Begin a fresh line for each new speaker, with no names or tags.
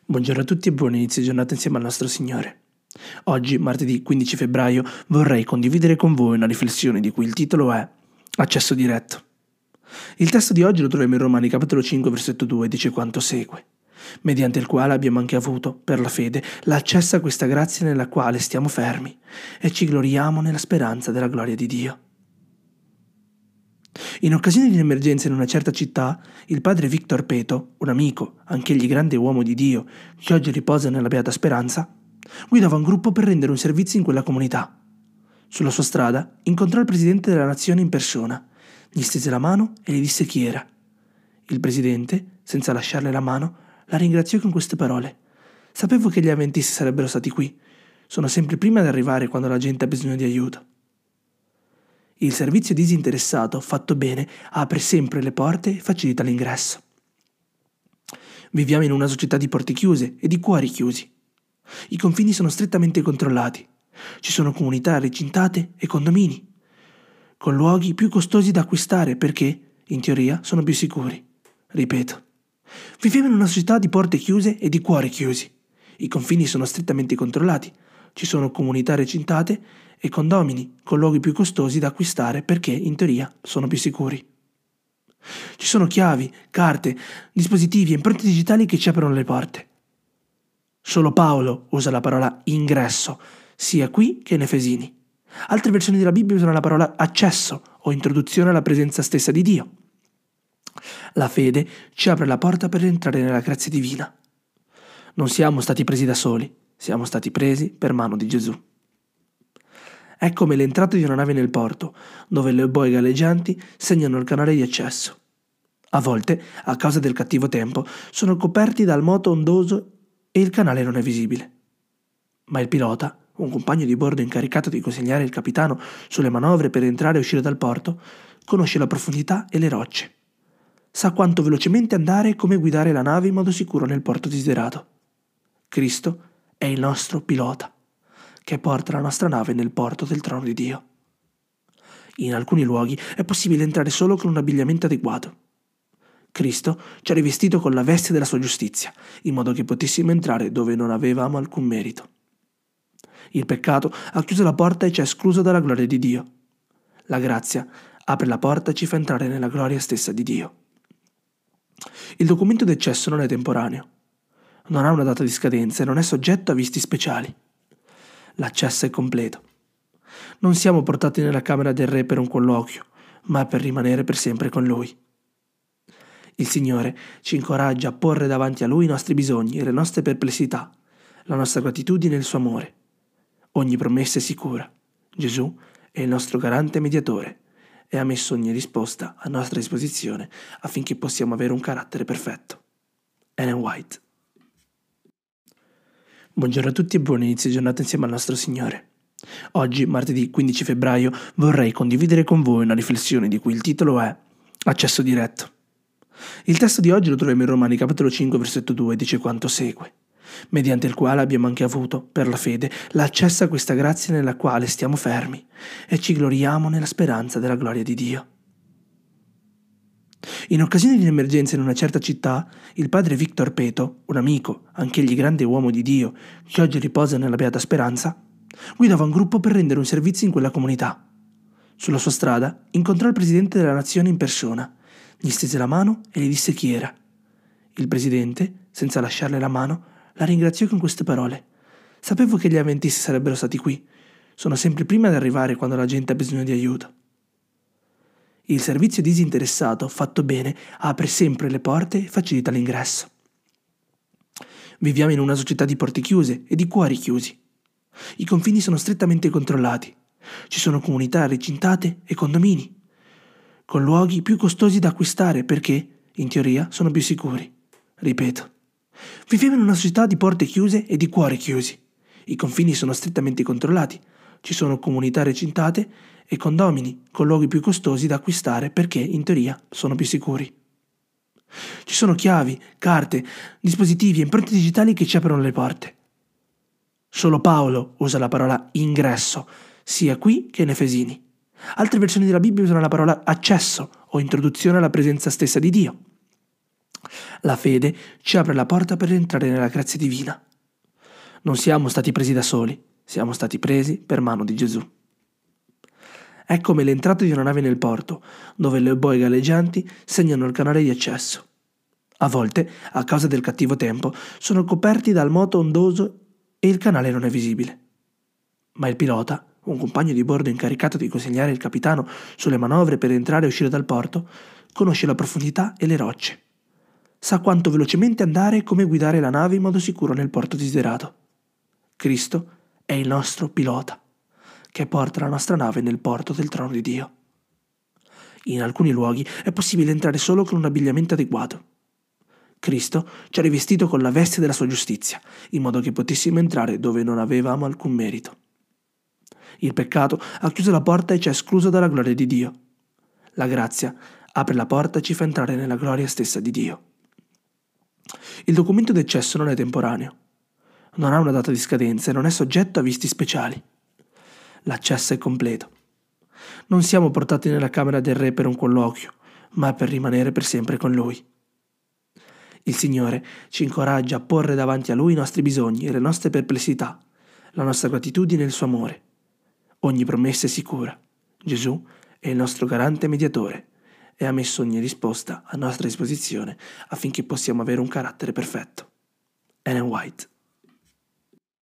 Buongiorno a tutti e buon inizio giornata insieme al nostro Signore. Oggi, martedì 15 febbraio, vorrei condividere con voi una riflessione di cui il titolo è Accesso diretto. Il testo di oggi lo troviamo in Romani capitolo 5 versetto 2 e dice quanto segue: mediante il quale abbiamo anche avuto, per la fede, l'accesso a questa grazia nella quale stiamo fermi e ci gloriamo nella speranza della gloria di Dio. In occasione di un'emergenza in una certa città, il padre Victor Peto, un amico, anch'egli grande uomo di Dio, che oggi riposa nella beata speranza, guidava un gruppo per rendere un servizio in quella comunità. Sulla sua strada incontrò il presidente della nazione in persona, gli stese la mano e gli disse chi era. Il presidente, senza lasciarle la mano, la ringraziò con queste parole: «Sapevo che gli avventisti sarebbero stati qui. Sono sempre i primi ad arrivare quando la gente ha bisogno di aiuto». Il servizio disinteressato, fatto bene, apre sempre le porte e facilita l'ingresso. Viviamo in una società di porte chiuse e di cuori chiusi. I confini sono strettamente controllati. Ci sono comunità recintate e condomini, con luoghi più costosi da acquistare perché, in teoria, sono più sicuri. Ripeto, viviamo in una società di porte chiuse e di cuori chiusi. I confini sono strettamente controllati. Ci sono comunità recintate e condomini con luoghi più costosi da acquistare perché, in teoria, sono più sicuri. Ci sono chiavi, carte, dispositivi e impronte digitali che ci aprono le porte. Solo Paolo usa la parola ingresso, sia qui che in Efesini. Altre versioni della Bibbia usano la parola accesso o introduzione alla presenza stessa di Dio. La fede ci apre la porta per entrare nella grazia divina. Non siamo stati presi da soli, siamo stati presi per mano di Gesù. È come l'entrata di una nave nel porto, dove le boe galleggianti segnano il canale di accesso. A volte, a causa del cattivo tempo, sono coperti dal moto ondoso e il canale non è visibile. Ma il pilota, un compagno di bordo incaricato di consigliare il capitano sulle manovre per entrare e uscire dal porto, conosce la profondità e le rocce. Sa quanto velocemente andare e come guidare la nave in modo sicuro nel porto desiderato. Cristo è il nostro pilota, che porta la nostra nave nel porto del trono di Dio. In alcuni luoghi è possibile entrare solo con un abbigliamento adeguato. Cristo ci ha rivestito con la veste della sua giustizia, in modo che potessimo entrare dove non avevamo alcun merito. Il peccato ha chiuso la porta e ci ha escluso dalla gloria di Dio. La grazia apre la porta e ci fa entrare nella gloria stessa di Dio. Il documento di accesso non è temporaneo, non ha una data di scadenza e non è soggetto a visti speciali. L'accesso è completo. Non siamo portati nella camera del re per un colloquio, ma per rimanere per sempre con lui. Il Signore ci incoraggia a porre davanti a Lui i nostri bisogni e le nostre perplessità, la nostra gratitudine e il suo amore. Ogni promessa è sicura. Gesù è il nostro garante mediatore e ha messo ogni risposta a nostra disposizione affinché possiamo avere un carattere perfetto. Ellen White. Buongiorno a tutti e buon inizio giornata insieme al nostro Signore. Oggi, martedì 15 febbraio, vorrei condividere con voi una riflessione di cui il titolo è Accesso diretto. Il testo di oggi lo troviamo in Romani capitolo 5 versetto 2 e dice quanto segue: mediante il quale abbiamo anche avuto, per la fede, l'accesso a questa grazia nella quale stiamo fermi e ci gloriamo nella speranza della gloria di Dio. In occasione di un'emergenza in una certa città, il padre Victor Peto, un amico, anch'egli grande uomo di Dio, che oggi riposa nella beata speranza, guidava un gruppo per rendere un servizio in quella comunità. Sulla sua strada incontrò il presidente della nazione in persona, gli stese la mano e gli disse chi era. Il presidente, senza lasciarle la mano, la ringraziò con queste parole: «Sapevo che gli avventisti sarebbero stati qui. Sono sempre i primi ad arrivare quando la gente ha bisogno di aiuto». Il servizio disinteressato, fatto bene, apre sempre le porte e facilita l'ingresso. Viviamo in una società di porte chiuse e di cuori chiusi. I confini sono strettamente controllati. Ci sono comunità recintate e condomini, con luoghi più costosi da acquistare perché, in teoria, sono più sicuri. Ripeto, viviamo in una società di porte chiuse e di cuori chiusi. I confini sono strettamente controllati. Ci sono comunità recintate e condomini con luoghi più costosi da acquistare perché, in teoria, sono più sicuri. Ci sono chiavi, carte, dispositivi e impronte digitali che ci aprono le porte. Solo Paolo usa la parola ingresso, sia qui che in Efesini. Altre versioni della Bibbia usano la parola accesso o introduzione alla presenza stessa di Dio. La fede ci apre la porta per entrare nella grazia divina. Non siamo stati presi da soli, siamo stati presi per mano di Gesù. È come l'entrata di una nave nel porto, dove le boe galleggianti segnano il canale di accesso. A volte, a causa del cattivo tempo, sono coperti dal moto ondoso e il canale non è visibile. Ma il pilota, un compagno di bordo incaricato di consigliare il capitano sulle manovre per entrare e uscire dal porto, conosce la profondità e le rocce. Sa quanto velocemente andare e come guidare la nave in modo sicuro nel porto desiderato. Cristo è il nostro pilota, che porta la nostra nave nel porto del trono di Dio. In alcuni luoghi è possibile entrare solo con un abbigliamento adeguato. Cristo ci ha rivestito con la veste della sua giustizia, in modo che potessimo entrare dove non avevamo alcun merito. Il peccato ha chiuso la porta e ci ha escluso dalla gloria di Dio. La grazia apre la porta e ci fa entrare nella gloria stessa di Dio. Il documento d'accesso non è temporaneo, non ha una data di scadenza e non è soggetto a visti speciali. L'accesso è completo. Non siamo portati nella camera del re per un colloquio, ma per rimanere per sempre con lui. Il Signore ci incoraggia a porre davanti a Lui i nostri bisogni e le nostre perplessità, la nostra gratitudine e il suo amore. Ogni promessa è sicura. Gesù è il nostro garante mediatore e ha messo ogni risposta a nostra disposizione affinché possiamo avere un carattere perfetto. Ellen White.